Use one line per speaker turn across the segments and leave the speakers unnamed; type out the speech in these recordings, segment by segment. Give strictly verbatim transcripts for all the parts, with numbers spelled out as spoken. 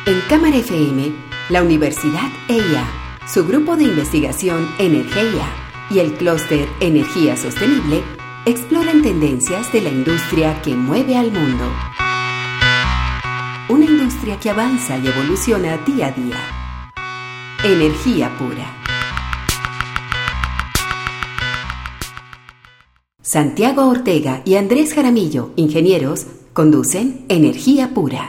En Cámara F M, la Universidad E I A, su grupo de investigación Energía y el clúster Energía Sostenible exploran tendencias de la industria que mueve al mundo. Una industria que avanza y evoluciona día a día. Energía pura. Santiago Ortega y Andrés Jaramillo, ingenieros, conducen Energía Pura.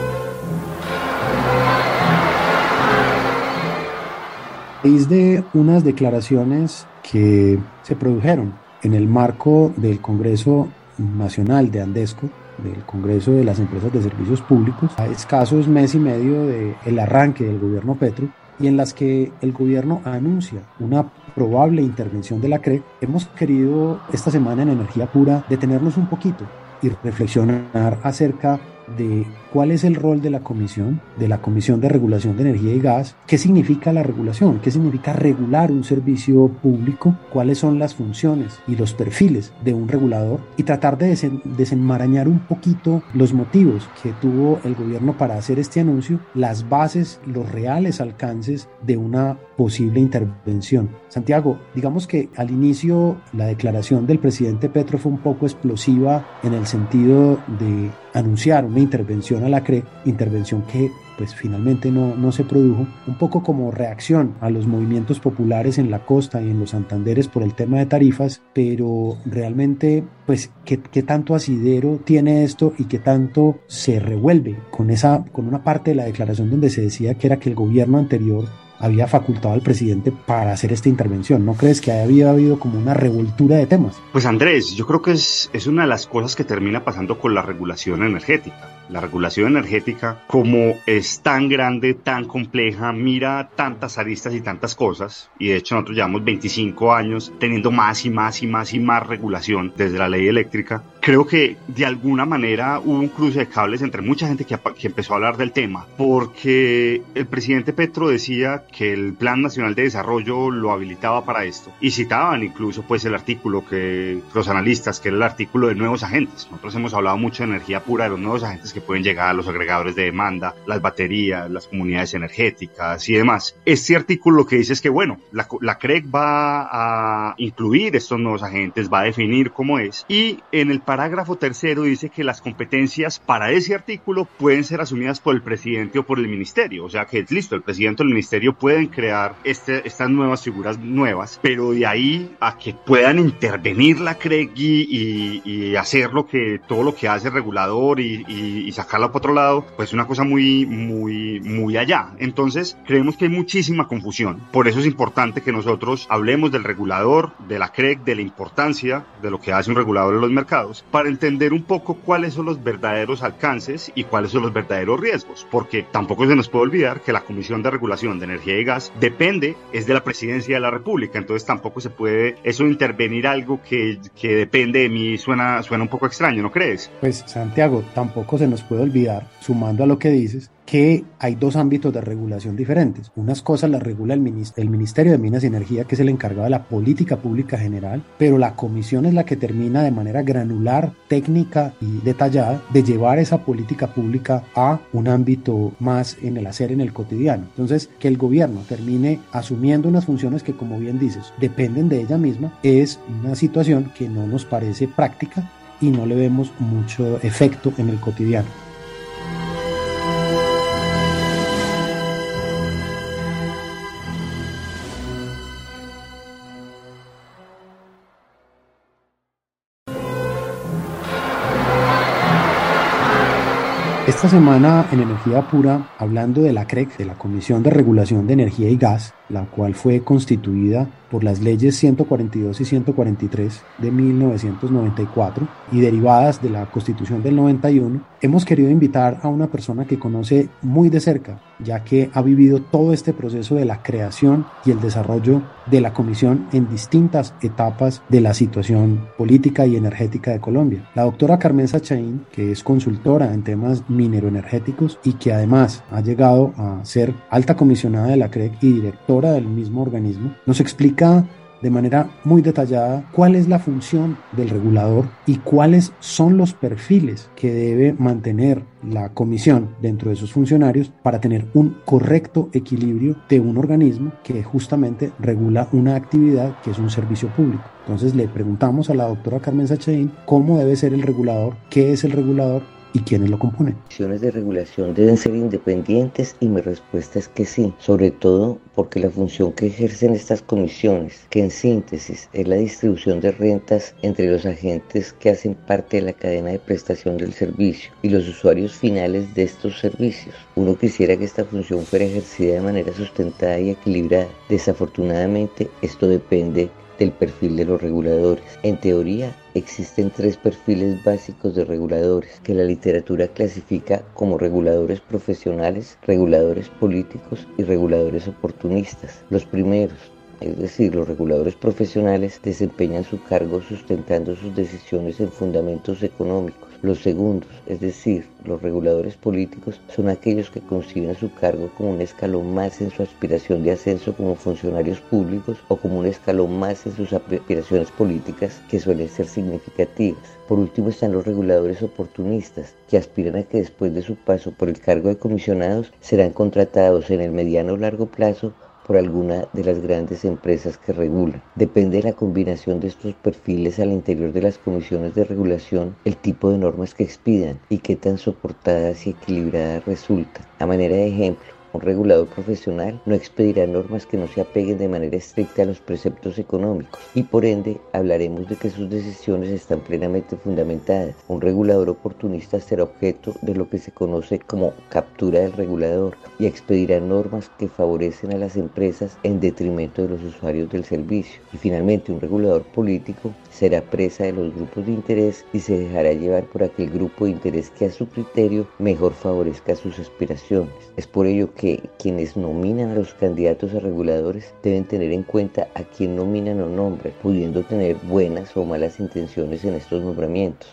Es de unas declaraciones que se produjeron en el marco del Congreso Nacional de Andesco, del Congreso de las Empresas de Servicios Públicos, a escasos mes y medio del arranque del gobierno Petro, y en las que el gobierno anuncia una probable intervención de la C R E C. Hemos querido esta semana en Energía Pura detenernos un poquito y reflexionar acerca de cuál es el rol de la comisión, de la Comisión de Regulación de Energía y Gas, qué significa la regulación, qué significa regular un servicio público, cuáles son las funciones y los perfiles de un regulador, y tratar de desen- desenmarañar un poquito los motivos que tuvo el gobierno para hacer este anuncio, las bases, los reales alcances de una posible intervención. Santiago, digamos que al inicio la declaración del presidente Petro fue un poco explosiva en el sentido de anunciar una intervención a la C R E C, intervención que pues finalmente no, no se produjo, un poco como reacción a los movimientos populares en la costa y en los Santanderes por el tema de tarifas, pero realmente pues qué, qué tanto asidero tiene esto y qué tanto se revuelve con esa, con una parte de la declaración donde se decía que era que el gobierno anterior había facultado al presidente para hacer esta intervención. ¿No crees que había habido como una revoltura de temas?
Pues Andrés, yo creo que es, es una de las cosas que termina pasando con la regulación energética. La regulación energética, como es tan grande, tan compleja, mira tantas aristas y tantas cosas, y de hecho nosotros llevamos veinticinco años teniendo más y más y más y más regulación desde la ley eléctrica. Creo que de alguna manera hubo un cruce de cables entre mucha gente que, que empezó a hablar del tema, porque el presidente Petro decía que el Plan Nacional de Desarrollo lo habilitaba para esto, y citaban incluso pues el artículo que los analistas, que era el artículo de nuevos agentes. Nosotros hemos hablado mucho de Energía Pura, de los nuevos agentes que pueden llegar a los agregadores de demanda, las baterías, las comunidades energéticas y demás. Este artículo lo que dice es que bueno, la, la C R E C va a incluir estos nuevos agentes, va a definir cómo es, y en el parágrafo tercero dice que las competencias para ese artículo pueden ser asumidas por el presidente o por el ministerio. O sea que es listo, el presidente o el ministerio pueden crear este, estas nuevas figuras nuevas, pero de ahí a que puedan intervenir la C R E C y, y, y hacer lo que, todo lo que hace el regulador y, y, y sacarla por otro lado, pues es una cosa muy, muy, muy allá. Entonces creemos que hay muchísima confusión. Por eso es importante que nosotros hablemos del regulador, de la C R E C, de la importancia de lo que hace un regulador en los mercados, para entender un poco cuáles son los verdaderos alcances y cuáles son los verdaderos riesgos, porque tampoco se nos puede olvidar que la Comisión de Regulación de Energía y Gas depende, es de la Presidencia de la República, entonces tampoco se puede eso intervenir algo que, que depende de mí. Suena, suena un poco extraño, ¿no crees?
Pues Santiago, tampoco se nos puede olvidar, sumando a lo que dices, que hay dos ámbitos de regulación diferentes. Unas cosas las regula el Ministerio, el Ministerio de Minas y Energía, que es el encargado de la política pública general, pero la comisión es la que termina de manera granular, técnica y detallada de llevar esa política pública a un ámbito más en el hacer, en el cotidiano. Entonces, que el gobierno termine asumiendo unas funciones que, como bien dices, dependen de ella misma, es una situación que no nos parece práctica y no le vemos mucho efecto en el cotidiano. Esta semana en Energía Pura, hablando de la C R E C, de la Comisión de Regulación de Energía y Gas, la cual fue constituida por las leyes ciento cuarenta y dos y ciento cuarenta y tres de mil novecientos noventa y cuatro y derivadas de la Constitución del noventa y uno, hemos querido invitar a una persona que conoce muy de cerca, ya que ha vivido todo este proceso de la creación y el desarrollo de la comisión en distintas etapas de la situación política y energética de Colombia. La doctora Carmen Sachaín, que es consultora en temas mineroenergéticos y que además ha llegado a ser alta comisionada de la C R E C y directora del mismo organismo, nos explica de manera muy detallada cuál es la función del regulador y cuáles son los perfiles que debe mantener la comisión dentro de sus funcionarios para tener un correcto equilibrio de un organismo que justamente regula una actividad que es un servicio público. Entonces le preguntamos a la doctora Carmen Sachaín cómo debe ser el regulador, qué es el regulador y quiénes lo componen.
Las comisiones de regulación deben ser independientes y mi respuesta es que sí, sobre todo porque la función que ejercen estas comisiones, que en síntesis es la distribución de rentas entre los agentes que hacen parte de la cadena de prestación del servicio y los usuarios finales de estos servicios. Uno quisiera que esta función fuera ejercida de manera sustentada y equilibrada. Desafortunadamente, esto depende del perfil de los reguladores. En teoría, existen tres perfiles básicos de reguladores que la literatura clasifica como reguladores profesionales, reguladores políticos y reguladores oportunistas. Los primeros, es decir, los reguladores profesionales, desempeñan su cargo sustentando sus decisiones en fundamentos económicos. Los segundos, es decir, los reguladores políticos, son aquellos que conciben su cargo como un escalón más en su aspiración de ascenso como funcionarios públicos o como un escalón más en sus aspiraciones políticas que suelen ser significativas. Por último están los reguladores oportunistas, que aspiran a que después de su paso por el cargo de comisionados serán contratados en el mediano o largo plazo por alguna de las grandes empresas que regulan. Depende de la combinación de estos perfiles al interior de las comisiones de regulación el tipo de normas que expidan y qué tan soportadas y equilibradas resultan. A manera de ejemplo, un regulador profesional no expedirá normas que no se apeguen de manera estricta a los preceptos económicos y por ende hablaremos de que sus decisiones están plenamente fundamentadas. Un regulador oportunista será objeto de lo que se conoce como captura del regulador y expedirá normas que favorecen a las empresas en detrimento de los usuarios del servicio. Y finalmente, un regulador político será presa de los grupos de interés y se dejará llevar por aquel grupo de interés que a su criterio mejor favorezca sus aspiraciones. Es por ello que quienes nominan a los candidatos a reguladores deben tener en cuenta a quién nominan o nombran, pudiendo tener buenas o malas intenciones en estos nombramientos.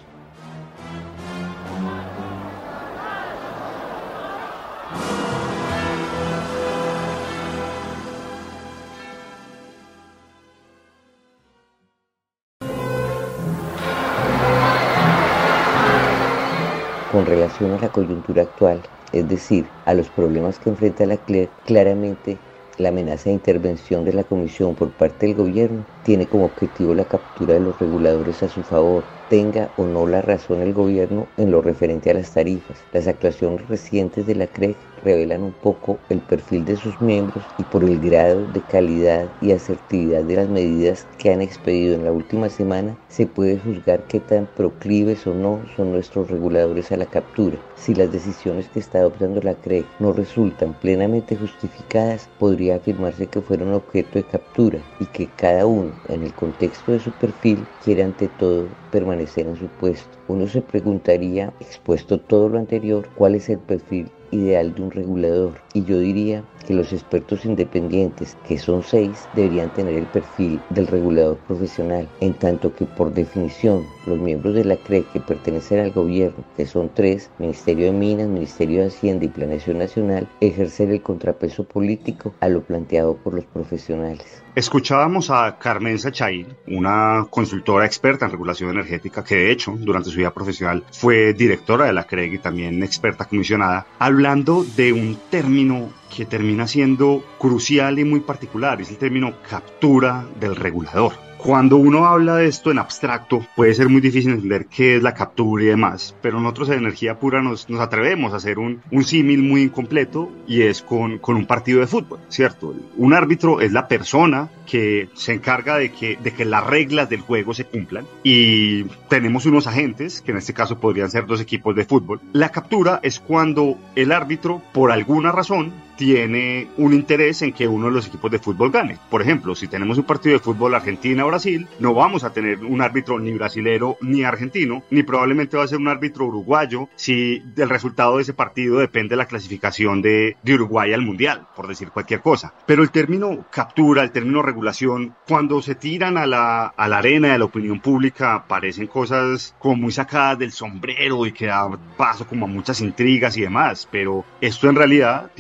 Con relación a la coyuntura actual, es decir, a los problemas que enfrenta la C L E C, claramente la amenaza de intervención de la Comisión por parte del gobierno tiene como objetivo la captura de los reguladores a su favor, tenga o no la razón el gobierno en lo referente a las tarifas. Las actuaciones recientes de la C R E C revelan un poco el perfil de sus miembros y por el grado de calidad y asertividad de las medidas que han expedido en la última semana se puede juzgar qué tan proclives o no son nuestros reguladores a la captura. Si las decisiones que está adoptando la C R E C no resultan plenamente justificadas, podría afirmarse que fueron objeto de captura y que cada uno, en el contexto de su perfil, quiere ante todo permanecer en su puesto. Uno se preguntaría, expuesto todo lo anterior, ¿cuál es el perfil ideal de un regulador? Y yo diría que los expertos independientes, que son seis, deberían tener el perfil del regulador profesional, en tanto que por definición los miembros de la C R E C que pertenecen al gobierno, que son tres, Ministerio de Minas, Ministerio de Hacienda y Planeación Nacional, ejercer el contrapeso político a lo planteado por los profesionales.
Escuchábamos a Carmen Sachaín, una consultora experta en regulación energética que de hecho durante su vida profesional fue directora de la C R E C y también experta comisionada, hablando de un término que termina siendo crucial y muy particular, es el término captura del regulador. Cuando uno habla de esto en abstracto, puede ser muy difícil entender qué es la captura y demás, pero nosotros en Energía Pura nos, nos atrevemos a hacer un, un símil muy incompleto y es con, con un partido de fútbol, ¿cierto? Un árbitro es la persona que se encarga de que, de que las reglas del juego se cumplan y tenemos unos agentes, que en este caso podrían ser dos equipos de fútbol. La captura es cuando el árbitro, por alguna razón, tiene un interés en que uno de los equipos de fútbol gane. Por ejemplo, si tenemos un partido de fútbol Argentina-Brasil, no vamos a tener un árbitro ni brasilero ni argentino, ni probablemente va a ser un árbitro uruguayo si del resultado de ese partido depende de la clasificación de, de Uruguay al Mundial, por decir cualquier cosa. Pero el término captura, el término regulación, cuando se tiran a la, a la arena de la opinión pública, parecen cosas como muy sacadas del sombrero y que da paso como a muchas intrigas y demás, pero esto en realidad tiene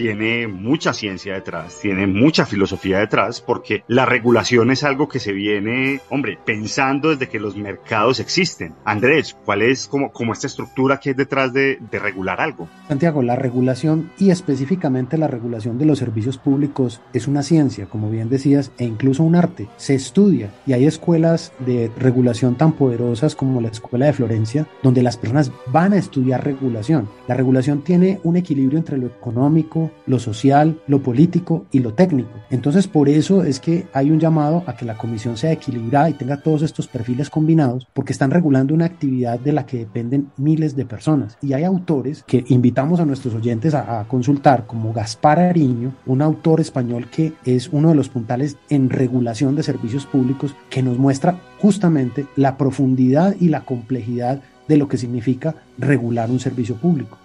tiene mucha ciencia detrás, tiene mucha filosofía detrás, porque la regulación es algo que se viene, hombre, pensando desde que los mercados existen. Andrés, ¿cuál es como, como esta estructura que es detrás de, de regular algo?
Santiago, la regulación y específicamente la regulación de los servicios públicos es una ciencia, como bien decías, e incluso un arte. Se estudia y hay escuelas de regulación tan poderosas como la Escuela de Florencia, donde las personas van a estudiar regulación. La regulación tiene un equilibrio entre lo económico, lo social, lo político y lo técnico. Entonces, por eso es que hay un llamado a que la comisión sea equilibrada y tenga todos estos perfiles combinados, porque están regulando una actividad de la que dependen miles de personas. Y hay autores que invitamos a nuestros oyentes a, a consultar, como Gaspar Ariño, un autor español que es uno de los puntales en regulación de servicios públicos, que nos muestra justamente la profundidad y la complejidad de lo que significa regular un servicio público.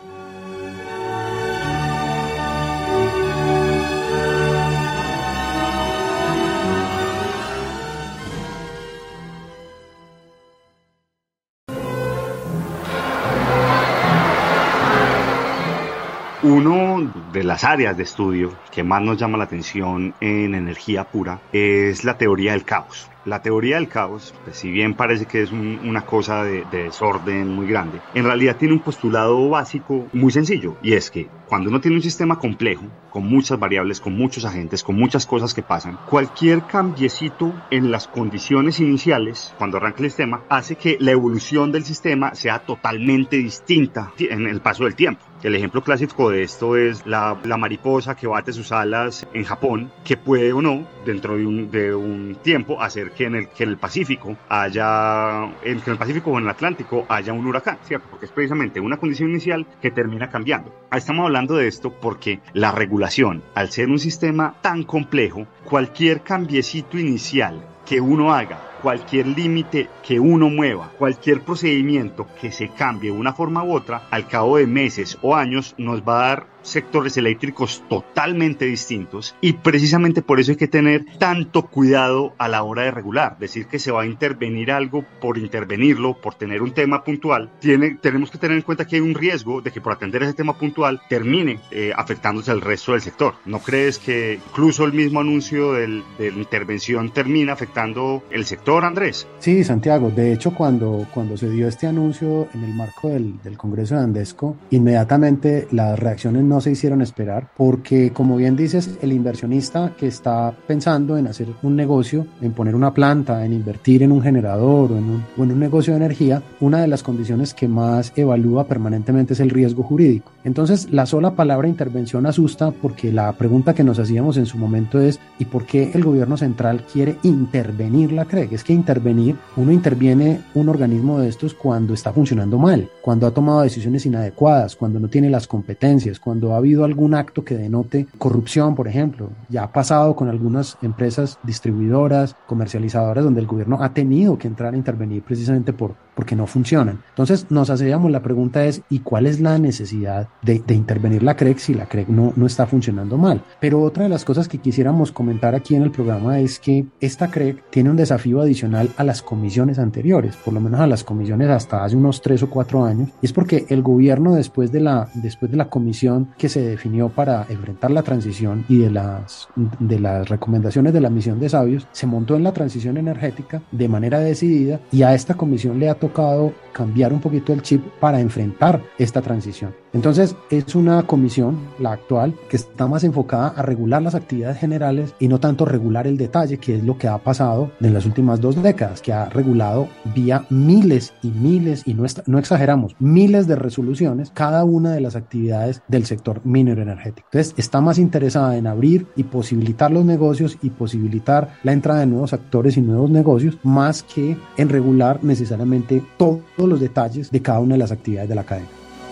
Uno de las áreas de estudio que más nos llama la atención en energía pura es la teoría del caos. La teoría del caos, pues, si bien parece que es un, una cosa de, de desorden muy grande, en realidad tiene un postulado básico muy sencillo, y es que cuando uno tiene un sistema complejo, con muchas variables, con muchos agentes, con muchas cosas que pasan, cualquier cambiecito en las condiciones iniciales, cuando arranca el sistema, hace que la evolución del sistema sea totalmente distinta en el paso del tiempo. El ejemplo clásico de esto es la, la mariposa que bate sus alas en Japón, que puede o no, dentro de un, de un tiempo, hacer que en, el, que en el Pacífico haya, en, que en el Pacífico o en el Atlántico haya un huracán, ¿cierto? Porque es precisamente una condición inicial que termina cambiando. Estamos hablando de esto porque la regulación, al ser un sistema tan complejo, cualquier cambiecito inicial que uno haga, cualquier límite que uno mueva, cualquier procedimiento que se cambie de una forma u otra, al cabo de meses o años nos va a dar sectores eléctricos totalmente distintos, y precisamente por eso hay que tener tanto cuidado a la hora de regular. Decir que se va a intervenir algo por intervenirlo, por tener un tema puntual, tiene, tenemos que tener en cuenta que hay un riesgo de que por atender ese tema puntual termine eh, afectándose al resto del sector. ¿No crees que incluso el mismo anuncio del, de la intervención termina afectando el sector, Andrés?
Sí, Santiago, de hecho cuando, cuando se dio este anuncio en el marco del, del Congreso de Andesco, inmediatamente las reacciones no se hicieron esperar, porque como bien dices, el inversionista que está pensando en hacer un negocio, en poner una planta, en invertir en un generador o en un, o en un negocio de energía, una de las condiciones que más evalúa permanentemente es el riesgo jurídico. Entonces la sola palabra intervención asusta, porque la pregunta que nos hacíamos en su momento es ¿y por qué el gobierno central quiere intervenir la C R E C? Es que intervenir, uno interviene un organismo de estos cuando está funcionando mal, cuando ha tomado decisiones inadecuadas, cuando no tiene las competencias, cuando ha habido algún acto que denote corrupción, por ejemplo. Ya ha pasado con algunas empresas distribuidoras, comercializadoras, donde el gobierno ha tenido que entrar a intervenir precisamente por, porque no funcionan. Entonces nos hacíamos la pregunta es ¿y cuál es la necesidad de, de intervenir la C R E C si la C R E C no, no está funcionando mal? Pero otra de las cosas que quisiéramos comentar aquí en el programa es que esta C R E C tiene un desafío adicional a las comisiones anteriores, por lo menos a las comisiones hasta hace unos tres o cuatro años, y es porque el gobierno después de la, después de la comisión que se definió para enfrentar la transición y de las, de las recomendaciones de la misión de sabios, se montó en la transición energética de manera decidida, y a esta comisión le ha tocado cambiar un poquito el chip para enfrentar esta transición. Entonces es una comisión, la actual, que está más enfocada a regular las actividades generales y no tanto regular el detalle, que es lo que ha pasado en las últimas dos décadas, que ha regulado vía miles y miles, y no, está, no exageramos, miles de resoluciones cada una de las actividades del sector minero energético. Entonces está más interesada en abrir y posibilitar los negocios y posibilitar la entrada de nuevos actores y nuevos negocios, más que en regular necesariamente todos los detalles de cada una de las actividades de la cadena.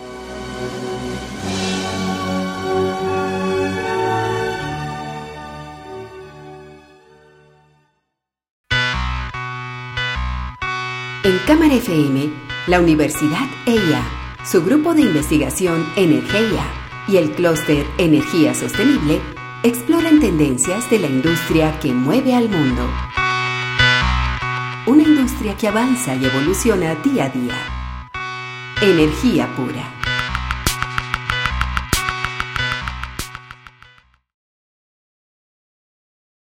En Cámara F M, la Universidad E I A, su grupo de investigación Energía y el clúster Energía Sostenible exploran tendencias de la industria que mueve al mundo. Una industria que avanza y evoluciona día a día. Energía pura.